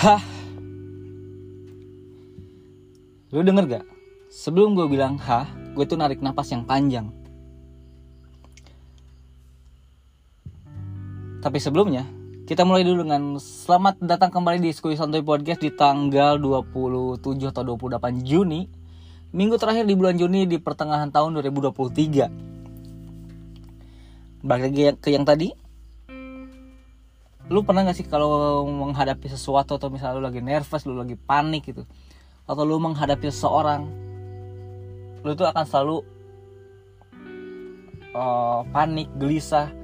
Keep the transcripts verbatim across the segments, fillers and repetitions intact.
Hah. Lu denger gak? Sebelum gue bilang hah, gue tuh narik napas yang panjang. Tapi sebelumnya, kita mulai dulu dengan selamat datang kembali di Skuy Santuy Podcast di tanggal dua puluh tujuh atau dua puluh delapan Juni. Minggu terakhir di bulan Juni di pertengahan tahun dua ribu dua puluh tiga. Balik lagi ke yang tadi. Lu pernah gak sih kalau menghadapi sesuatu atau misalnya lu lagi nervous, lu lagi panik gitu, atau lu menghadapi seseorang, lu tuh akan selalu uh, panik, gelisah,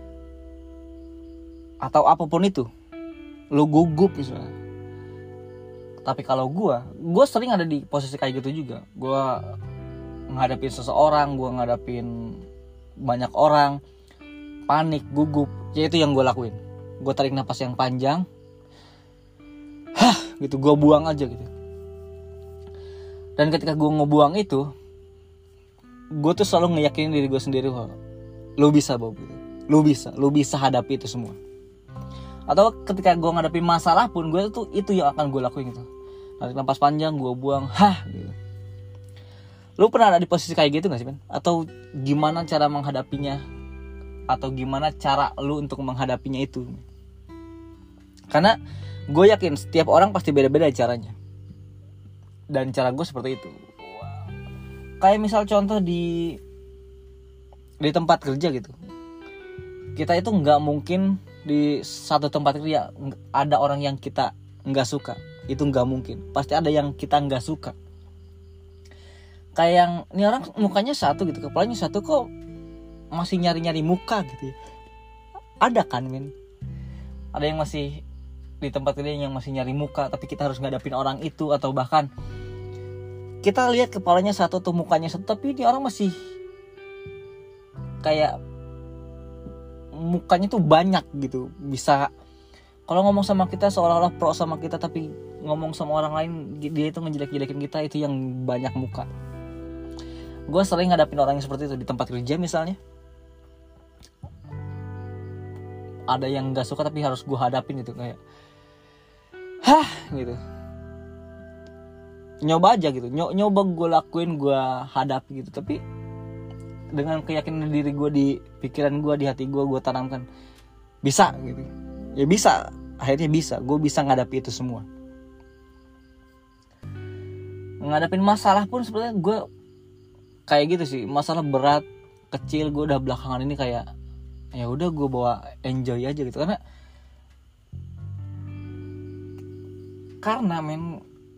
atau apapun itu, lu gugup misalnya. Tapi kalau gue, gue sering ada di posisi kayak gitu juga. Gue ngadapin seseorang, gue ngadapin banyak orang, panik, gugup, ya itu yang gue lakuin. Gue tarik napas yang panjang, hah, gitu, gue buang aja gitu. Dan ketika gue ngebuang itu, gue tuh selalu ngeyakinin diri gue sendiri, oh, lu bisa Bob, gitu. Lu bisa, lu bisa hadapi itu semua. Atau ketika gue ngadepin masalah pun, gue tuh itu yang akan gue lakuin gitu. Tarik napas panjang, gue buang, hah, gitu. Lu pernah ada di posisi kayak gitu gak sih, men? Atau gimana cara menghadapinya? Atau gimana cara lu untuk menghadapinya itu? Karena gue yakin setiap orang pasti beda-beda caranya. Dan cara gue seperti itu. Kayak misal contoh di di tempat kerja gitu. Kita itu nggak mungkin di satu tempat kerja ada orang yang kita nggak suka. Itu nggak mungkin. Pasti ada yang kita nggak suka. Kayak yang ini orang mukanya satu gitu, kepalanya satu, kok masih nyari-nyari muka gitu ya. Ada kan, men? Ada yang masih di tempat kerja yang masih nyari muka, tapi kita harus ngadapin orang itu. Atau bahkan kita lihat kepalanya satu atau mukanya satu, tapi ini orang masih kayak mukanya tuh banyak gitu. Bisa kalau ngomong sama kita seolah-olah pro sama kita, tapi ngomong sama orang lain dia itu ngejelek-jelekin kita. Itu yang banyak muka. Gue sering ngadapin orang yang seperti itu di tempat kerja misalnya. Ada yang gak suka tapi harus gue hadapin gitu, kayak hah gitu. Nyoba aja gitu, Ny- nyoba gue lakuin, gue hadapi gitu. Tapi dengan keyakinan diri gue, di pikiran gue, di hati gue, gue tanamkan bisa gitu. Ya bisa, akhirnya bisa. Gue bisa ngadapi itu semua. Ngadapin masalah pun sebenarnya gue kayak gitu sih. Masalah berat, kecil, gue udah belakangan ini kayak ya udah gue bawa enjoy aja gitu. Karena karena men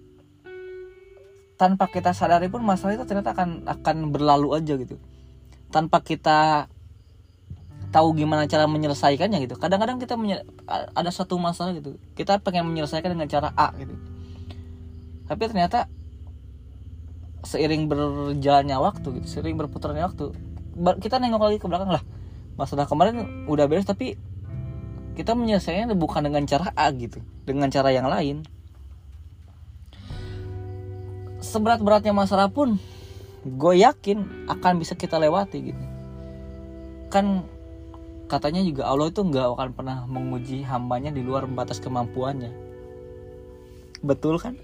tanpa kita sadari pun masalah itu ternyata akan akan berlalu aja gitu. Tanpa kita tahu gimana cara menyelesaikannya gitu. Kadang-kadang kita menye- ada satu masalah gitu, kita pengen menyelesaikan dengan cara A gitu. Tapi ternyata seiring berjalannya waktu gitu, seiring berputarnya waktu, kita nengok lagi ke belakang, lah masalah kemarin udah beres, tapi kita menyelesaikannya bukan dengan cara A gitu, dengan cara yang lain. Seberat-beratnya masalah pun gue yakin akan bisa kita lewati gitu. Kan katanya juga Allah itu gak akan pernah menguji hambanya di luar batas kemampuannya. Betul kan?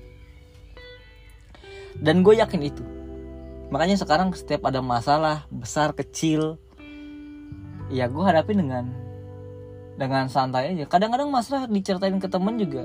Dan gue yakin itu. Makanya sekarang setiap ada masalah besar kecil, ya gue hadapi dengan dengan santai aja. Kadang-kadang masalah diceritain ke temen juga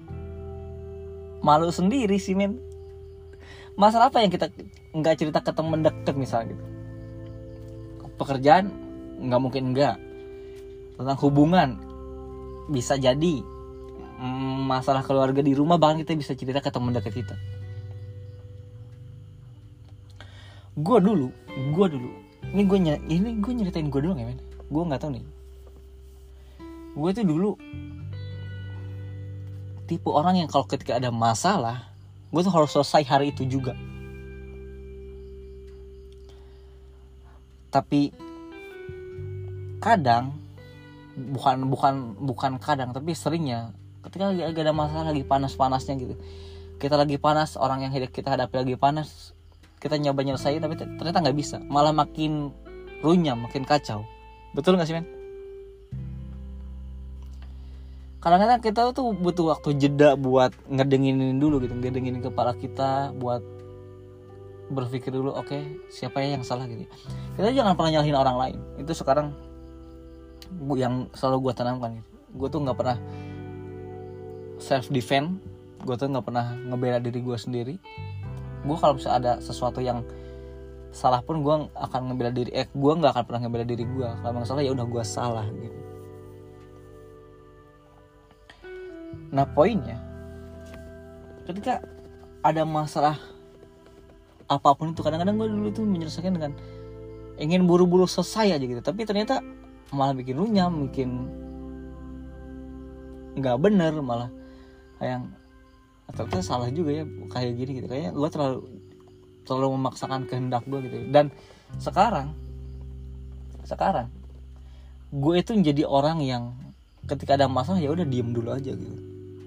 malu sendiri sih, men. Masalah apa yang kita nggak cerita ke temen deket misalnya gitu. Pekerjaan nggak mungkin enggak. Tentang hubungan bisa jadi. Masalah keluarga di rumah bahkan kita bisa cerita ke temen deket kita. Gue dulu, gue dulu, ini gue ny- ini gue nyeritain gue dulu ya, men. Gue nggak tahu nih. Gue tuh dulu tipe orang yang kalau ketika ada masalah, gue tuh harus selesai hari itu juga. Tapi kadang, bukan bukan bukan kadang, tapi seringnya, ketika lagi, lagi ada masalah, lagi panas-panasnya gitu, kita lagi panas, orang yang kita hadapi lagi panas, kita nyoba nyelesain tapi ternyata nggak bisa, malah makin runyam, makin kacau. Betul nggak sih, men? kadang-kadang kita tuh butuh waktu jeda buat ngedenginin dulu gitu, ngedenginin kepala kita, buat berpikir dulu, oke, okay, siapa ya yang salah gitu. Kita jangan pernah nyalahin orang lain. Itu sekarang yang selalu gue tanamkan gitu. Gue tuh nggak pernah self defense, gue tuh nggak pernah ngebela diri gue sendiri. Gue kalau bisa ada sesuatu yang salah pun gue akan ngebela diri, eh gue nggak akan pernah ngebela diri gue. Kalau emang salah ya udah gue salah gitu. Nah poinnya, ketika ada masalah apapun itu, kadang-kadang gue dulu tuh menyelesaikan dengan ingin buru-buru selesai aja gitu, tapi ternyata malah bikin runyam, bikin nggak bener, malah kayak ternyata salah juga ya kayak gini gitu. Kayaknya gue terlalu terlalu memaksakan kehendak gue gitu. Dan sekarang sekarang gue itu menjadi orang yang ketika ada masalah ya udah diem dulu aja gitu.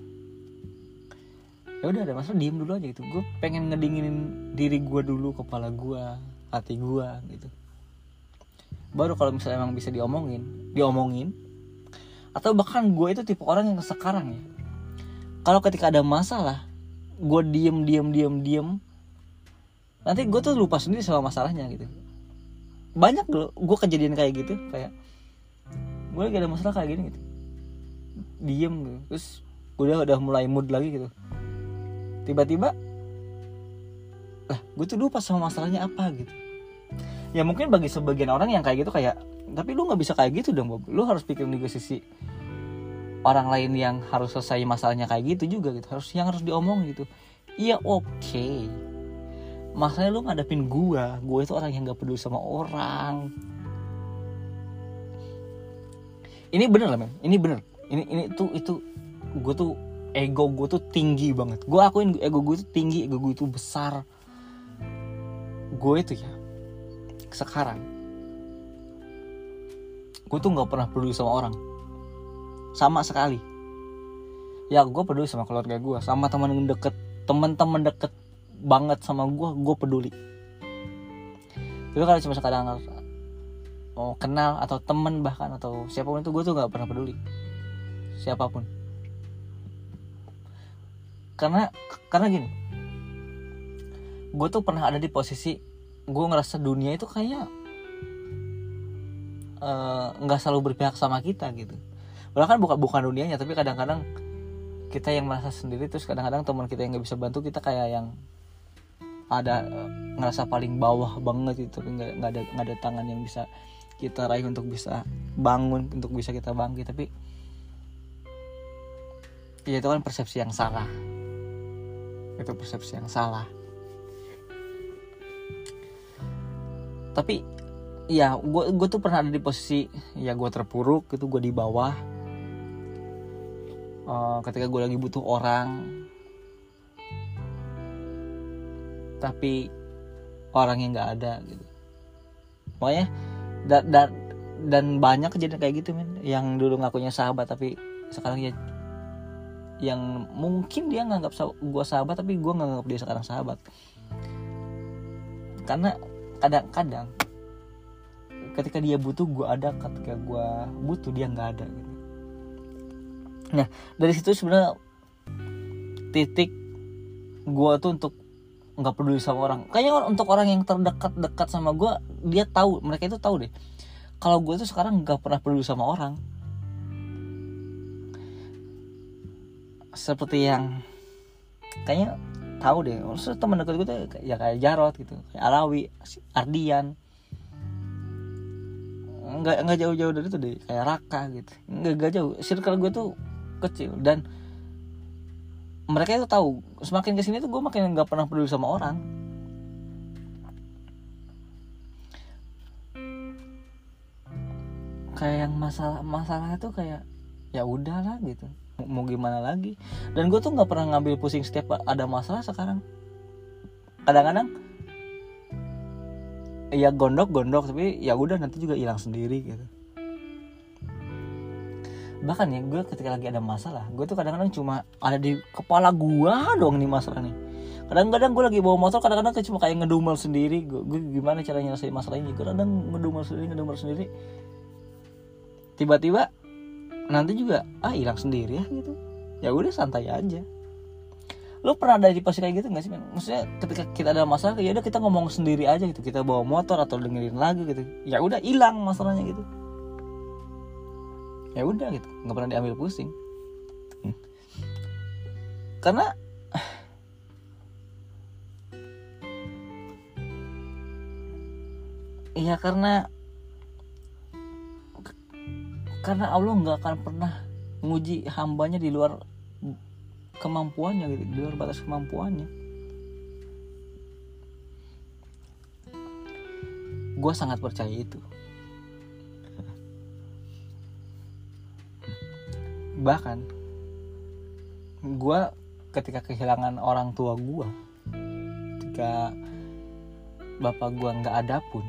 Ya udah ada masalah diem dulu aja gitu. Gue pengen ngedinginin diri gue dulu, kepala gue, hati gue gitu. Baru kalau misalnya emang bisa diomongin, diomongin. Atau bahkan gue itu tipe orang yang sekarang ya, kalau ketika ada masalah, gue diem diem diem diem, nanti gue tuh lupa sendiri sama masalahnya gitu. Banyak loh gue kejadian kayak gitu, kayak gue lagi ada masalah kayak gini gitu, diem gitu, terus gue udah udah mulai mood lagi gitu. Tiba-tiba lah gue tuh lupa sama masalahnya apa gitu. Ya mungkin bagi sebagian orang yang kayak gitu kayak, tapi lu nggak bisa kayak gitu dong Bob. Lu harus pikirin juga sisi orang lain yang harus selesai masalahnya kayak gitu juga gitu. Harus yang harus diomong gitu. Iya oke okay. Masalahnya lu ngadepin gua, gua itu orang yang nggak peduli sama orang. Ini bener lah men, ini bener. Ini ini tuh itu gue tuh ego gue tuh tinggi banget. Gue akuin ego gue tuh tinggi, ego gue itu besar. Gue itu ya sekarang gue tuh nggak pernah peduli sama orang sama sekali. Ya gue peduli sama keluarga gue, sama teman deket, teman-teman deket banget sama gue, gue peduli. Tapi kalau cuma sekadar mau kenal atau teman bahkan atau siapapun itu, gue tuh nggak pernah peduli siapapun. Karena karena gini, gue tuh pernah ada di posisi gue ngerasa dunia itu kayak nggak uh, selalu berpihak sama kita gitu. Padahal kan bukan bukan dunianya, tapi kadang-kadang kita yang merasa sendiri, terus kadang-kadang teman kita yang nggak bisa bantu kita kayak yang ada uh, ngerasa paling bawah banget gitu, tapi nggak nggak ada nggak ada tangan yang bisa kita raih untuk bisa bangun, untuk bisa kita bangkit. Tapi ya itu kan persepsi yang salah, itu persepsi yang salah. Tapi ya gue gue tuh pernah ada di posisi ya gue terpuruk gitu, gue di bawah uh, ketika gue lagi butuh orang, tapi orangnya nggak ada gitu. Pokoknya dan dan dan banyak kejadian kayak gitu men, yang dulu ngakunya sahabat tapi sekarang ya yang mungkin dia nganggap gue sahabat tapi gue nggak nganggap dia sekarang sahabat. Karena kadang-kadang ketika dia butuh gue ada, ketika gue butuh dia nggak ada gitu. Nah dari situ sebenarnya titik gue tuh untuk nggak peduli sama orang. Kayaknya untuk orang yang terdekat-dekat sama gue, dia tahu, mereka itu tahu deh kalau gue tuh sekarang nggak pernah peduli sama orang. Seperti yang kayaknya tahu deh, maksudnya teman dekat gue tuh ya kayak Jarot gitu, kayak Alawi, Ardian, nggak nggak jauh-jauh dari itu deh, kayak Raka gitu, nggak nggak jauh. Circle gue tuh kecil dan mereka itu tahu. Semakin kesini tuh gue makin nggak pernah peduli sama orang. Kayak yang masalah masalah itu kayak ya udahlah gitu, mau gimana lagi. Dan gue tuh nggak pernah ngambil pusing setiap ada masalah sekarang. Kadang-kadang ya gondok-gondok, tapi ya udah nanti juga hilang sendiri gitu. Bahkan ya gue ketika lagi ada masalah, gue tuh kadang-kadang cuma ada di kepala gue doang nih masalah nih. Kadang-kadang gue lagi bawa motor, kadang-kadang kayak cuma kayak ngedumel sendiri. Gue, gue gimana caranya nyelesain masalah ini? Kadang-kadang ngedumel sendiri, ngedumel sendiri. Tiba-tiba nanti juga ah hilang sendiri ya gitu. Ya udah santai aja. Lo pernah ada di posisi kayak gitu nggak sih? Maksudnya ketika kita ada masalah, ya udah kita ngomong sendiri aja gitu. Kita bawa motor atau dengerin lagu gitu. Ya udah hilang masalahnya gitu. Ya udah gitu, nggak pernah diambil pusing. Hmm. Karena ya karena karena Allah nggak akan pernah nguji hambanya di luar kemampuannya gitu, di luar batas kemampuannya. Gue sangat percaya itu. Bahkan gue ketika kehilangan orang tua gue, ketika bapak gue nggak ada pun,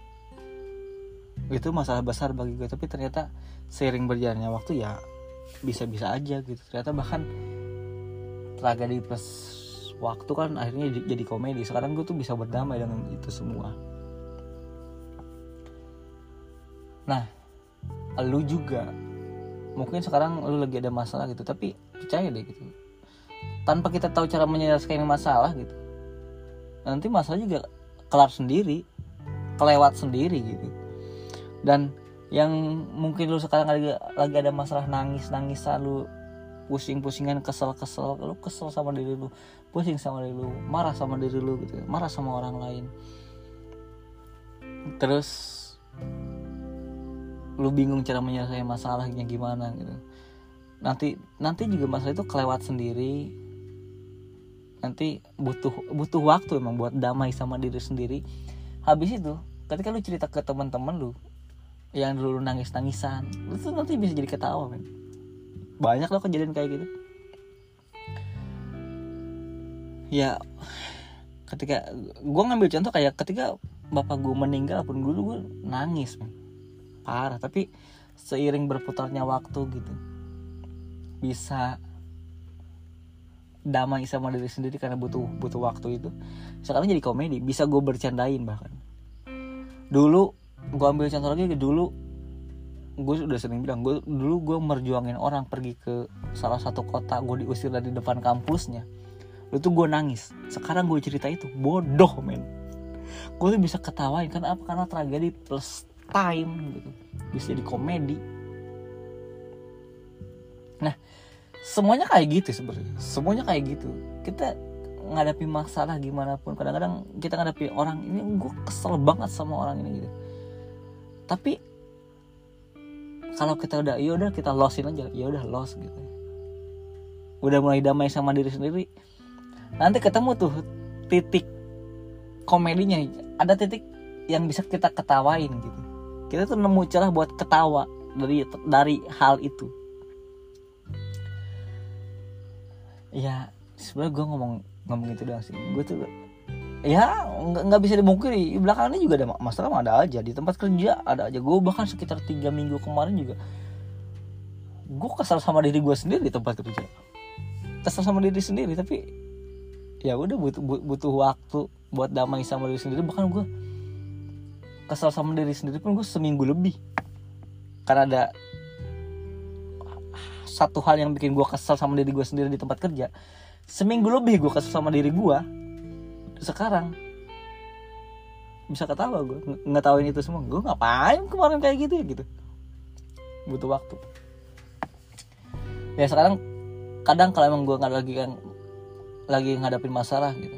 itu masalah besar bagi gue. Tapi ternyata seiring berjalannya waktu ya bisa-bisa aja gitu. Ternyata bahkan tragedi plus waktu kan akhirnya jadi komedi. Sekarang gue tuh bisa berdamai dengan itu semua. Nah, lu juga mungkin sekarang lu lagi ada masalah gitu, tapi percaya deh gitu, tanpa kita tahu cara menyelesaikan masalah gitu, nanti masalah juga kelar sendiri, kelewat sendiri gitu. Dan yang mungkin lu sekarang lagi lagi ada masalah, nangis-nangisan lu, pusing-pusingan, kesel-kesel, lu kesel sama diri lu, pusing sama diri lu, marah sama diri lu gitu, marah sama orang lain. Terus lu bingung cara menyelesaikan masalahnya gimana gitu. Nanti nanti juga masalah itu kelewat sendiri. Nanti butuh butuh waktu emang buat damai sama diri sendiri. Habis itu, ketika lu cerita ke teman-teman lu yang dulu nangis-nangisan, lu tuh nanti bisa jadi ketawa, men. Banyak loh kejadian kayak gitu. Ya, ketika gue ngambil contoh kayak ketika bapak gue meninggal pun dulu gue nangis, men. Parah. Tapi seiring berputarnya waktu gitu, bisa damai sama diri sendiri karena butuh butuh waktu itu. Sekarang jadi komedi, bisa gue bercandain bahkan. Dulu gue ambil contoh lagi, dulu gue udah sering bilang, gue dulu gue merjuangin orang pergi ke salah satu kota, gue diusir dari depan kampusnya. Lu tuh gue nangis. Sekarang gue cerita itu bodoh, men. Gue tuh bisa ketawain kan apa, karena tragedi plus time gitu, bisa jadi komedi. Nah, semuanya kayak gitu sebenarnya. Semuanya kayak gitu. Kita ngadapi masalah gimana pun, kadang-kadang kita ngadapi orang ini, gue kesel banget sama orang ini gitu. Tapi kalau kita udah, ya udah kita losin aja, ya udah los gitu. Udah mulai damai sama diri sendiri, nanti ketemu tuh titik komedinya. Ada titik yang bisa kita ketawain gitu. Kita tuh nemu celah buat ketawa dari dari hal itu. Ya sebenarnya gue ngomong ngomong itu doang sih. Gue tuh ya nggak nggak bisa dimungkiri, belakangan ini juga ada masalah, ada aja di tempat kerja, ada aja. Gue bahkan sekitar tiga minggu kemarin juga gue kesal sama diri gue sendiri di tempat kerja, kesal sama diri sendiri. Tapi ya udah, butuh butuh waktu buat damai sama diri sendiri. Bahkan gue kesal sama diri sendiri pun gue seminggu lebih, karena ada satu hal yang bikin gue kesal sama diri gue sendiri di tempat kerja. Seminggu lebih gue kesal sama diri gue. Sekarang bisa ketawa gue ngetawain itu semua. Gue ngapain kemarin kayak gitu ya gitu. Butuh waktu. Ya sekarang kadang kalau emang gue nggak lagi kan lagi ngadapin masalah gitu,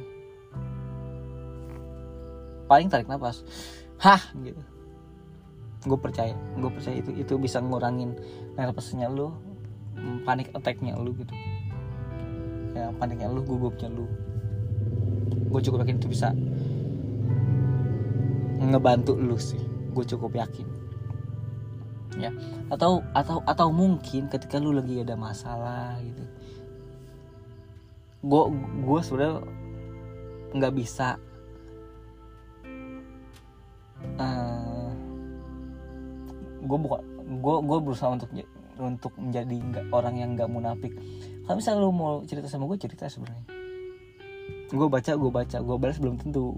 paling tarik nafas, hah gitu. Gue percaya, gue percaya itu itu bisa ngurangin nervousnya lu, panik attack-nya lu gitu. Ya paniknya lu, gugupnya lu. Gue cukup yakin itu bisa ngebantu lu sih. Gue cukup yakin. Ya, atau atau atau mungkin ketika lu lagi ada masalah gitu. Gue gue sebenarnya nggak bisa uh, gue bukan gue gue berusaha untuk untuk menjadi nggak orang yang nggak munafik. Kalau misalnya lu mau cerita sama gue, cerita sebenarnya. Gue baca, gue baca, gue balas belum tentu.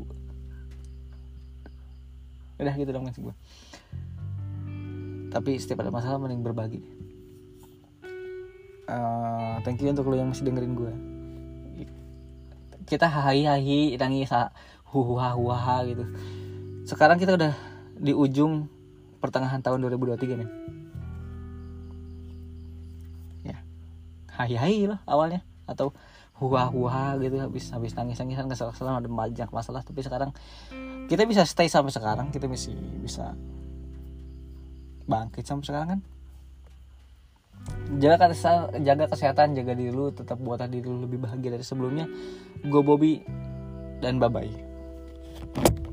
Udah gitu dong maksud gue. Tapi setiap ada masalah mending berbagi. uh, thank you untuk lo yang masih dengerin gue. Kita hahi-hahi nangis huhuha huhaha gitu. Sekarang kita udah di ujung pertengahan tahun dua ribu dua puluh tiga nih. Ya. Hahi-hahi lah awalnya atau huha-huha gitu, habis habis nangis-nangisan kesal-kesalan ada banyak masalah, tapi sekarang kita bisa stay sampai sekarang, kita masih bisa bangkit sampai sekarang kan. Jaga kesehatan, jaga kesehatan, jaga diri lu, tetap buatlah diri lu lebih bahagia dari sebelumnya. Gue Bobby dan bye bye.